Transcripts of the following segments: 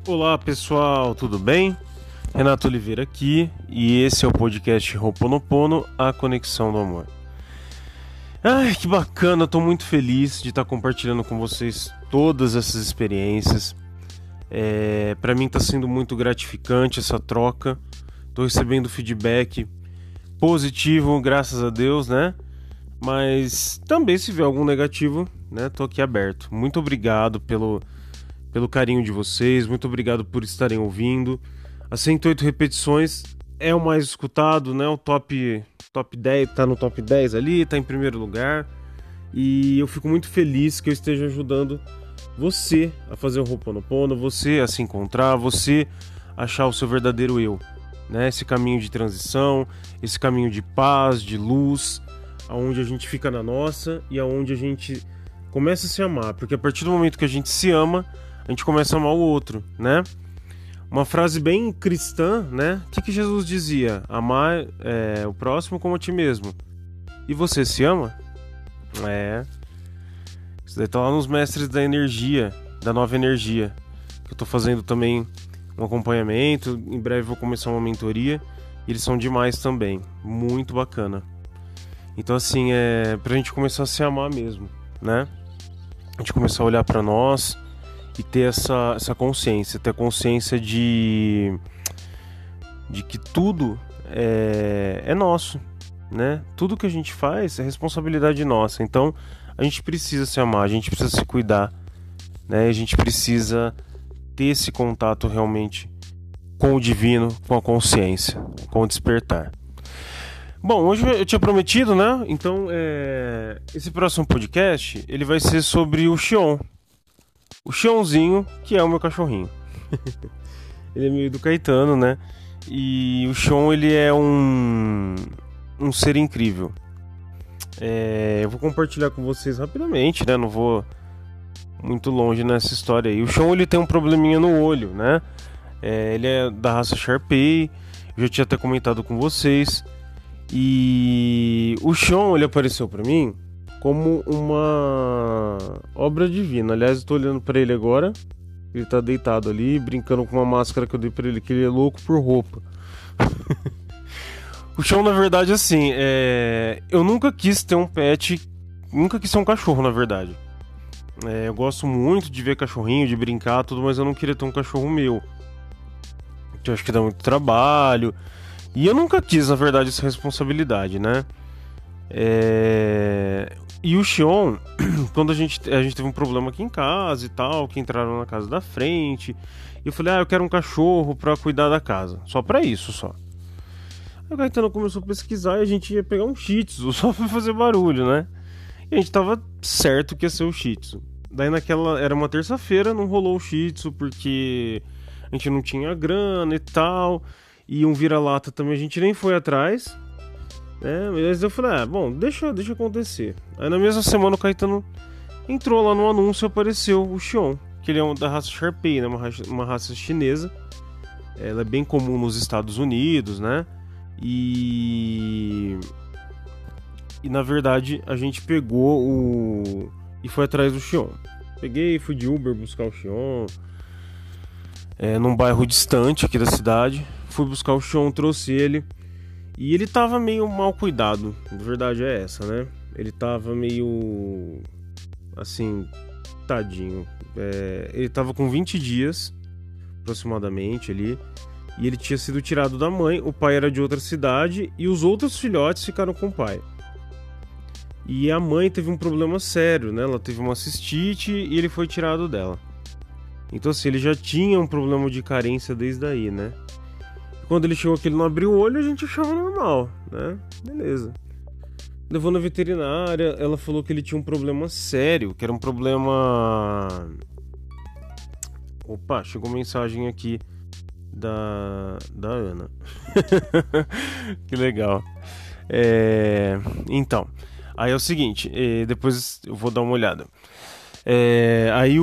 Olá pessoal, tudo bem? Renato Oliveira aqui e esse é o podcast Ho'oponopono, a conexão do amor. Ai, que bacana, tô muito feliz de estar compartilhando com vocês todas essas experiências. Para mim tá sendo muito gratificante essa troca, tô recebendo feedback positivo, graças a Deus, né? Mas também se vier algum negativo, né, tô aqui aberto. Muito obrigado pelo carinho de vocês, muito obrigado por estarem ouvindo. As 108 repetições é o mais escutado, né? O top 10, tá no top 10 ali, tá em primeiro lugar. E eu fico muito feliz que eu esteja ajudando você a fazer o Ho'oponopono, você a se encontrar, você achar o seu verdadeiro eu, né? Esse caminho de transição, esse caminho de paz, de luz, aonde a gente fica na nossa e aonde a gente começa a se amar, porque a partir do momento que a gente se ama, a gente começa a amar o outro, né? Uma frase bem cristã, né? O que Jesus dizia? Amar o próximo como a ti mesmo. E você se ama? Isso daí tá lá nos mestres da energia, da nova energia. Que eu tô fazendo também um acompanhamento. Em breve vou começar uma mentoria. E eles são demais também. Muito bacana. Então assim, pra gente começar a se amar mesmo, né? A gente começar a olhar pra nós e ter essa consciência, ter a consciência de que tudo é nosso, né? Tudo que a gente faz é responsabilidade nossa. Então a gente precisa se amar, a gente precisa se cuidar, né? A gente precisa ter esse contato realmente com o divino, com a consciência, com o despertar. Bom, hoje eu tinha prometido, né? Então esse próximo podcast ele vai ser sobre o Xion. O Xionzinho, que é o meu cachorrinho. Ele é meio do Caetano, né? E o Xion, ele é um ser incrível. Eu vou compartilhar com vocês rapidamente, né? Não vou muito longe nessa história aí. O Xion, ele tem um probleminha no olho, né? Ele é da raça Shar-Pei. Eu já tinha até comentado com vocês. E o Xion, ele apareceu pra mim como uma obra divina. Aliás, eu tô olhando pra ele agora. Ele tá deitado ali, brincando com uma máscara que eu dei pra ele, que ele é louco por roupa. O Xion, na verdade, assim, eu nunca quis ter um pet, nunca quis ter um cachorro, na verdade. Eu gosto muito de ver cachorrinho, de brincar, tudo, mas eu não queria ter um cachorro meu. Eu acho que dá muito trabalho. E eu nunca quis, na verdade, essa responsabilidade, né? E o Xion, quando a gente teve um problema aqui em casa e tal, que entraram na casa da frente, e eu falei, eu quero um cachorro pra cuidar da casa, só pra isso, só. Aí o Caetano começou a pesquisar e a gente ia pegar um Shih Tzu, só pra fazer barulho, né? E a gente tava certo que ia ser o Shih Tzu. Daí era uma terça-feira, não rolou o Shih Tzu porque a gente não tinha grana e tal, e um vira-lata também a gente nem foi atrás. Mas eu falei, bom, deixa acontecer. Aí na mesma semana o Caetano entrou lá no anúncio e apareceu o Xion, que ele é da raça Shar-Pei, né? Uma raça chinesa. Ela é bem comum nos Estados Unidos, né? E na verdade a gente pegou e foi atrás do Xion. Fui de Uber buscar o Xion num bairro distante aqui da cidade. Fui buscar o Xion, trouxe ele. E ele tava meio mal cuidado, a verdade é essa, né? Ele tava meio, assim, tadinho. Ele tava com 20 dias, aproximadamente, ali. E ele tinha sido tirado da mãe, o pai era de outra cidade e os outros filhotes ficaram com o pai. E a mãe teve um problema sério, né? Ela teve uma cistite e ele foi tirado dela. Então, assim, ele já tinha um problema de carência desde aí, né? Quando ele chegou aqui, ele não abriu o olho, a gente achava normal, né? Beleza. Levou na veterinária, ela falou que ele tinha um problema sério, que era um problema... Opa, chegou mensagem aqui da Ana. Que legal. Então, aí é o seguinte, depois eu vou dar uma olhada. Aí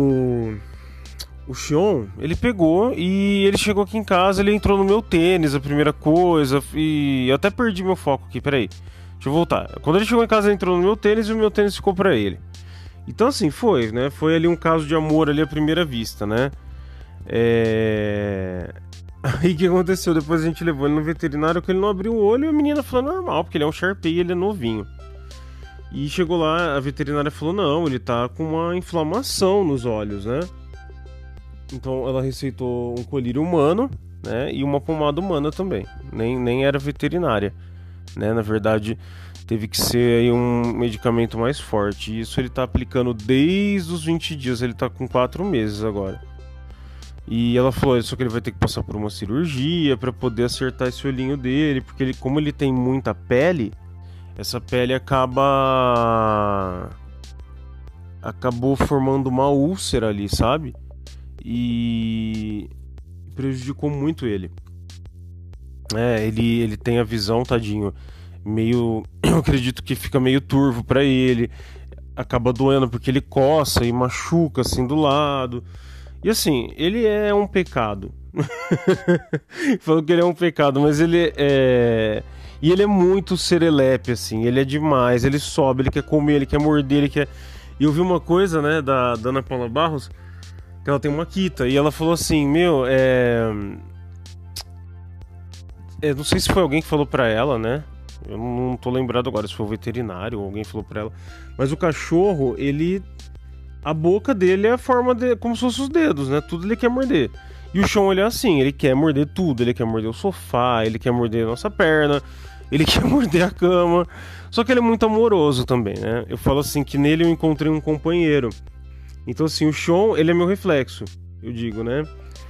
o Xion, ele pegou e ele chegou aqui em casa, ele entrou no meu tênis, a primeira coisa, e eu até perdi meu foco aqui, peraí, deixa eu voltar. Quando ele chegou em casa, ele entrou no meu tênis e o meu tênis ficou pra ele. Então assim, foi ali um caso de amor ali à primeira vista, né? Aí o que aconteceu? Depois a gente levou ele no veterinário, que ele não abriu o olho e a menina falou normal, porque ele é um Shar-Pei e ele é novinho. E chegou lá, a veterinária falou, não, ele tá com uma inflamação nos olhos, né? Então ela receitou um colírio humano, né? E uma pomada humana também. Nem era veterinária, né? Na verdade, teve que ser aí um medicamento mais forte. E isso ele tá aplicando desde os 20 dias, ele tá com 4 meses agora. E ela falou, só que ele vai ter que passar por uma cirurgia para poder acertar esse olhinho dele, porque ele, como ele tem muita pele, essa pele acabou formando uma úlcera ali, sabe? E prejudicou muito ele. Ele tem a visão, tadinho, meio, eu acredito que fica meio turvo pra ele, acaba doendo porque ele coça e machuca assim do lado. E assim, ele é um pecado. Falou que ele é um pecado, mas ele é... E ele é muito serelepe, assim, ele é demais, ele sobe, ele quer comer, ele quer morder, ele quer... E eu vi uma coisa, né, da Ana Paula Barros, que ela tem uma Akita, e ela falou assim, não sei se foi alguém que falou pra ela, né, eu não tô lembrado agora se foi o veterinário ou alguém falou pra ela, mas o cachorro, a boca dele é a forma de... como se fosse os dedos, né, tudo ele quer morder. E o Sean, ele é assim, ele quer morder tudo, ele quer morder o sofá, ele quer morder a nossa perna, ele quer morder a cama, só que ele é muito amoroso também, né? Eu falo assim, que nele eu encontrei um companheiro. Então assim, o Sean, ele é meu reflexo, eu digo, né?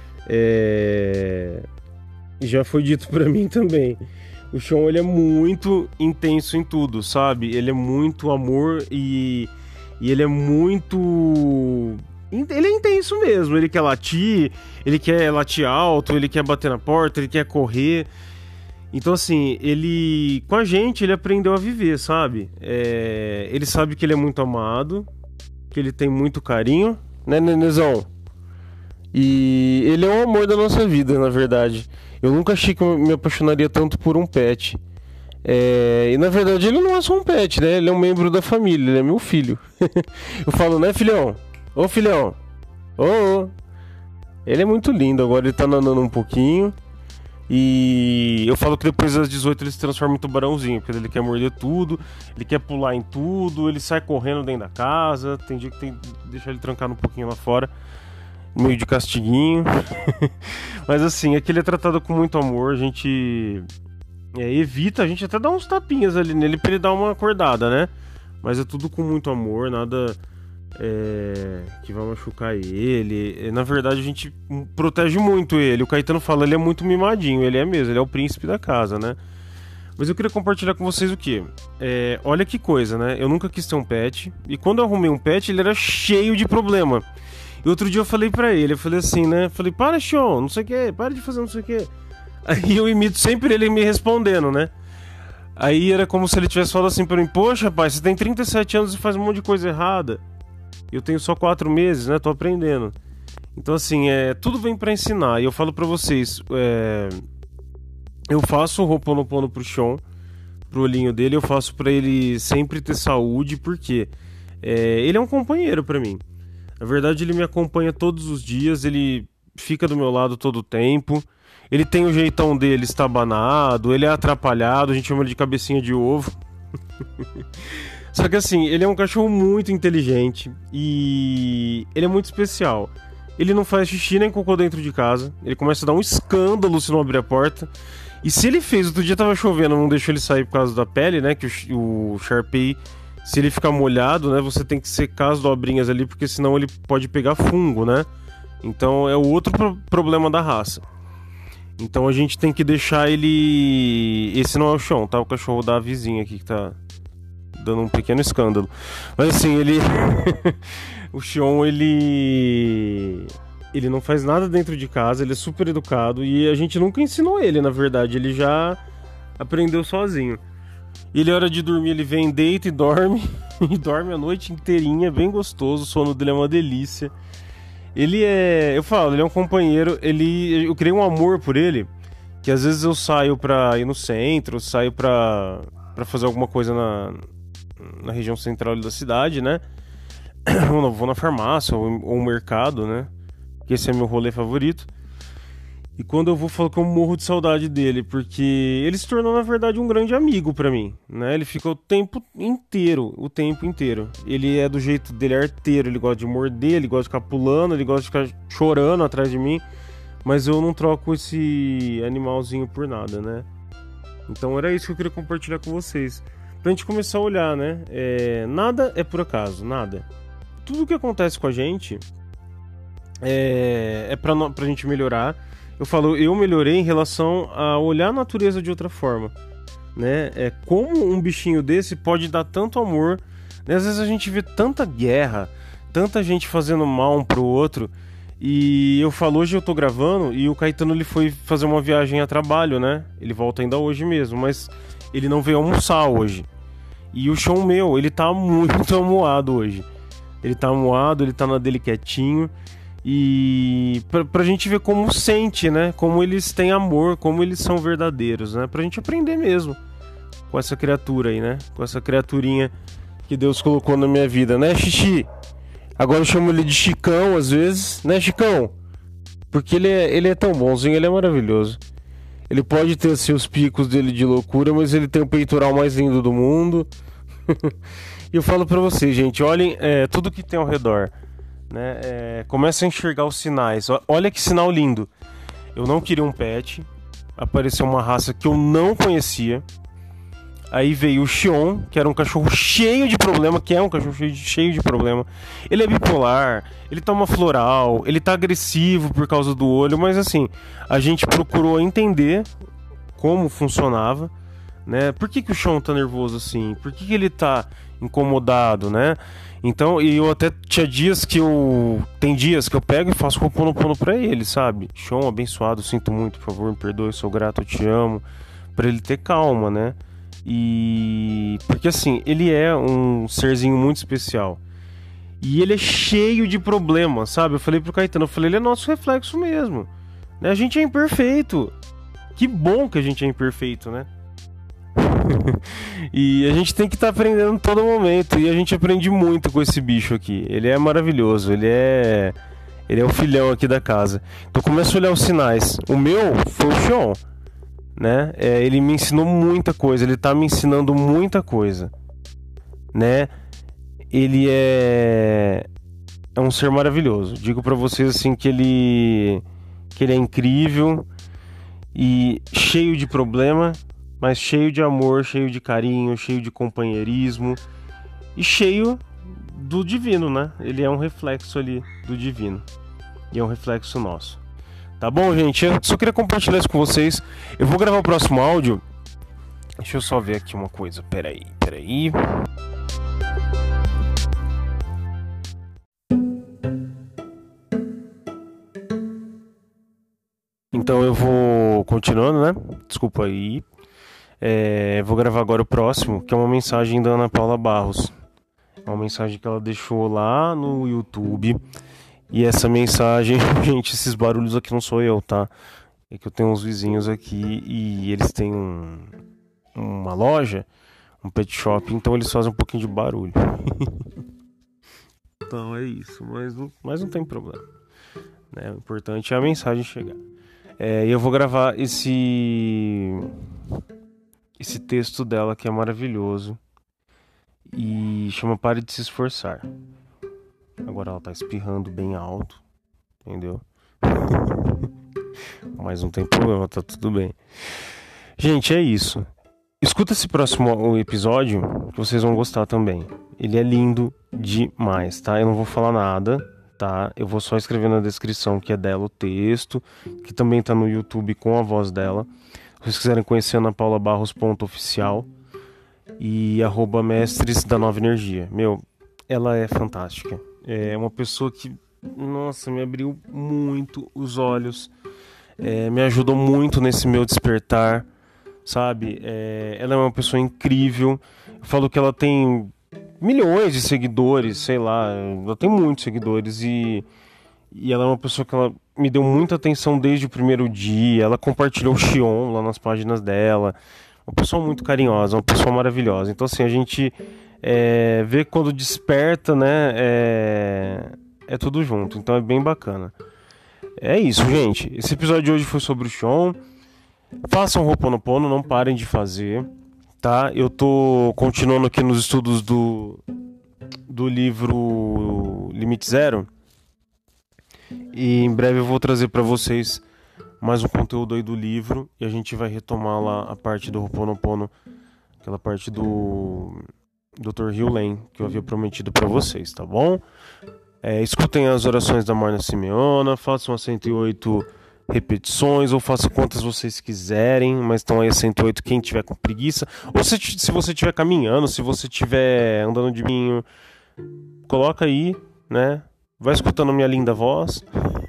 Já foi dito pra mim também. O Sean, ele é muito intenso em tudo, sabe? Ele é muito amor e ele é muito... Ele é intenso mesmo, ele quer latir alto, ele quer bater na porta, ele quer correr. Então assim, com a gente, ele aprendeu a viver, sabe? Ele sabe que ele é muito amado, que ele tem muito carinho, né, Nenezão? E ele é o amor da nossa vida, na verdade. Eu nunca achei que eu me apaixonaria tanto por um pet. E na verdade ele não é só um pet, né? Ele é um membro da família, ele é meu filho. Eu falo, né, filhão? Ô, filhão! Ô! Ele é muito lindo, agora ele tá nanando um pouquinho. E eu falo que depois das 18 ele se transforma em tubarãozinho, porque ele quer morder tudo, ele quer pular em tudo, ele sai correndo dentro da casa. Tem dia que tem que deixar ele trancado um pouquinho lá fora, meio de castiguinho. Mas assim, aqui ele é tratado com muito amor, a gente evita, a gente até dá uns tapinhas ali nele pra ele dar uma acordada, né? Mas é tudo com muito amor, nada que vai machucar ele. Na verdade a gente protege muito ele. O Caetano fala, ele é muito mimadinho, ele é mesmo, ele é o príncipe da casa, né? Mas eu queria compartilhar com vocês o quê? Olha que coisa, né? Eu nunca quis ter um pet, e quando eu arrumei um pet, ele era cheio de problema. E outro dia eu falei pra ele, eu falei assim, né? Falei, para, Sean, não sei o que, para de fazer não sei o que. Aí eu imito sempre ele me respondendo, né? Aí era como se ele tivesse falado assim pra mim, poxa, rapaz, você tem 37 anos e faz um monte de coisa errada. Eu tenho só 4 meses, né? Tô aprendendo. Então, assim, tudo vem pra ensinar. E eu falo pra vocês, eu faço o Ho'oponopono pro Sean, pro olhinho dele, eu faço pra ele sempre ter saúde, porque ele é um companheiro pra mim. Na verdade, ele me acompanha todos os dias, ele fica do meu lado todo o tempo. Ele tem o jeitão dele estabanado, ele é atrapalhado, a gente chama ele de cabecinha de ovo. Só que assim, ele é um cachorro muito inteligente e ele é muito especial. Ele não faz xixi nem cocô dentro de casa, ele começa a dar um escândalo se não abrir a porta. E se ele fez, outro dia tava chovendo, não deixou ele sair por causa da pele, né, que o Shar-Pei, se ele ficar molhado, né, você tem que secar as dobrinhas ali, porque senão ele pode pegar fungo, né. Então é o outro problema da raça. Então a gente tem que deixar ele... Esse não é o Sean, tá? O cachorro da vizinha aqui que tá dando um pequeno escândalo. Mas assim, ele... O Sean, ele não faz nada dentro de casa, ele é super educado e a gente nunca ensinou ele, na verdade. Ele já aprendeu sozinho. E ele, hora de dormir, ele vem, deita e dorme. E dorme a noite inteirinha, bem gostoso. O sono dele é uma delícia. Ele é... Eu falo, ele é um companheiro. Eu criei um amor por ele, que às vezes eu saio pra ir no centro, saio pra fazer alguma coisa na região central da cidade, né? Ou vou na farmácia ou no mercado, né? que esse é meu rolê favorito. E quando eu vou, falo que eu morro de saudade dele, porque ele se tornou, na verdade, um grande amigo pra mim, né? Ele fica o tempo inteiro. Ele é do jeito dele, arteiro, ele gosta de morder, ele gosta de ficar pulando, ele gosta de ficar chorando atrás de mim, mas eu não troco esse animalzinho por nada, né? Então era isso que eu queria compartilhar com vocês. Pra gente começar a olhar, né? Nada é por acaso, nada. Tudo que acontece com a gente é pra gente melhorar. Eu melhorei em relação a olhar a natureza de outra forma, né? Como um bichinho desse pode dar tanto amor, né? Às vezes a gente vê tanta guerra, tanta gente fazendo mal um pro outro. E hoje eu tô gravando e o Caetano ele foi fazer uma viagem a trabalho, né? Ele volta ainda hoje mesmo, mas ele não veio almoçar hoje. E o Sean ele tá muito amuado hoje. Ele tá amuado, ele tá na dele quietinho. E pra gente ver como sente, né? Como eles têm amor, como eles são verdadeiros, né? Pra gente aprender mesmo com essa criatura aí, né? Com essa criaturinha que Deus colocou na minha vida, né, Xixi? Agora eu chamo ele de Chicão às vezes, né, Chicão? Porque ele é tão bonzinho, ele é maravilhoso. Ele pode ter assim, os picos dele de loucura, mas ele tem o peitoral mais lindo do mundo. E eu falo pra vocês, gente, olhem tudo que tem ao redor, né? Começa a enxergar os sinais. Olha que sinal lindo. Eu não queria um pet. Apareceu uma raça que eu não conhecia. Aí veio o Xion, que era um cachorro cheio de problema, que é um cachorro cheio de problema. Ele é bipolar, ele toma floral, ele tá agressivo por causa do olho, mas assim, a gente procurou entender como funcionava, né? Por que o Xion tá nervoso assim? Por que ele tá incomodado, né? Então, e eu até tinha dias que tem dias que eu pego e faço Ho'oponopono pra ele, sabe? Xion, abençoado, sinto muito, por favor, me perdoe, sou grato, eu te amo. Pra ele ter calma, né? E porque assim, ele é um serzinho muito especial. E ele é cheio de problemas, sabe? Eu falei pro Caetano, ele é nosso reflexo mesmo, né? A gente é imperfeito. Que bom que a gente é imperfeito, né? E a gente tem que estar aprendendo todo momento. E a gente aprende muito com esse bicho aqui. Ele é maravilhoso, ele é o filhão aqui da casa. Então começa a olhar os sinais. O meu foi o Xion, né? Ele me ensinou muita coisa, ele tá me ensinando muita coisa, né? Ele é um ser maravilhoso. Digo pra vocês assim que ele é incrível e cheio de problema, mas cheio de amor, cheio de carinho, cheio de companheirismo e cheio do divino, né? Ele é um reflexo ali do divino e é um reflexo nosso. Tá bom, gente? Eu só queria compartilhar isso com vocês. Eu vou gravar o próximo áudio. Deixa eu só ver aqui uma coisa. Peraí. Então eu vou continuando, né? Desculpa aí. Vou gravar agora o próximo, que é uma mensagem da Ana Paula Barros. É uma mensagem que ela deixou lá no YouTube. E essa mensagem, gente, esses barulhos aqui não sou eu, tá? É que eu tenho uns vizinhos aqui e eles têm uma loja, um pet shop, então eles fazem um pouquinho de barulho. Então é isso, mas não tem problema, né? O importante é a mensagem chegar. E eu vou gravar esse texto dela que é maravilhoso e chama Pare de Se Esforçar. Agora ela tá espirrando bem alto, entendeu? Mas não tem problema, tá tudo bem. Gente, é isso. Escuta esse próximo episódio que vocês vão gostar também. Ele é lindo demais, tá? Eu não vou falar nada, tá? Eu vou só escrever na descrição que é dela o texto, que também tá no YouTube com a voz dela. Se vocês quiserem conhecer anapaulabarros.oficial e @mestres da Nova Energia. Ela é fantástica. É uma pessoa que, nossa, me abriu muito os olhos, me ajudou muito nesse meu despertar, sabe? Ela é uma pessoa incrível. Eu falo que ela tem milhões de seguidores, sei lá, ela tem muitos seguidores e ela é uma pessoa que ela me deu muita atenção desde o primeiro dia. Ela compartilhou o Xion lá nas páginas dela. Uma pessoa muito carinhosa, uma pessoa maravilhosa. Então assim, a gente ver quando desperta, né? É tudo junto, então é bem bacana. é isso, gente. Esse episódio de hoje foi sobre o Sean. Façam Ho'oponopono, não parem de fazer, tá? Eu tô continuando aqui nos estudos do livro Limite Zero. E em breve eu vou trazer para vocês mais um conteúdo aí do livro. E a gente vai retomar lá a parte do Ho'oponopono, aquela parte do Dr. Hugh Lane que eu havia prometido para vocês, tá bom? Escutem as orações da Marna Simeona, façam as 108 repetições, ou façam quantas vocês quiserem, mas estão aí as 108 quem tiver com preguiça, ou se você estiver caminhando, se você estiver andando de vinho, coloca aí, né? Vai escutando minha linda voz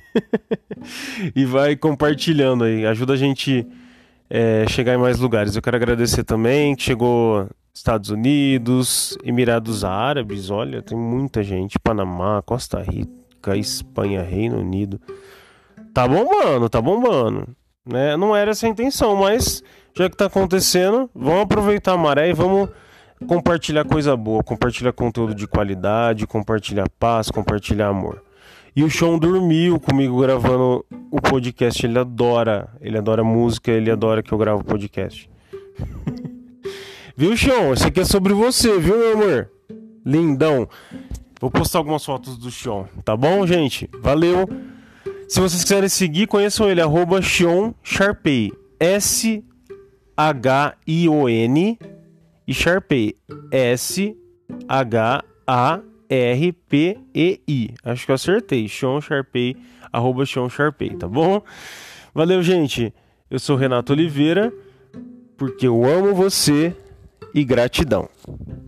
e vai compartilhando aí, ajuda a gente chegar em mais lugares. Eu quero agradecer também que chegou Estados Unidos, Emirados Árabes, olha, tem muita gente, Panamá, Costa Rica, Espanha, Reino Unido. Tá bombando, né? Não era essa a intenção, mas já que tá acontecendo, vamos aproveitar a maré e vamos compartilhar coisa boa, compartilhar conteúdo de qualidade, compartilhar paz, compartilhar amor. E o Sean dormiu comigo gravando o podcast, ele adora música, ele adora que eu gravo podcast. Viu, Sean? Isso aqui é sobre você, viu, meu amor? Lindão. Vou postar algumas fotos do Sean, tá bom, gente? Valeu! Se vocês quiserem seguir, conheçam ele, @Sean Sharpei. S-H-I-O-N e Sharpei. S-H-A-R-P-E-I. Acho que eu acertei. Sean Sharpei, @Sean Sharpei, tá bom? Valeu, gente. Eu sou Renato Oliveira, porque eu amo você e gratidão.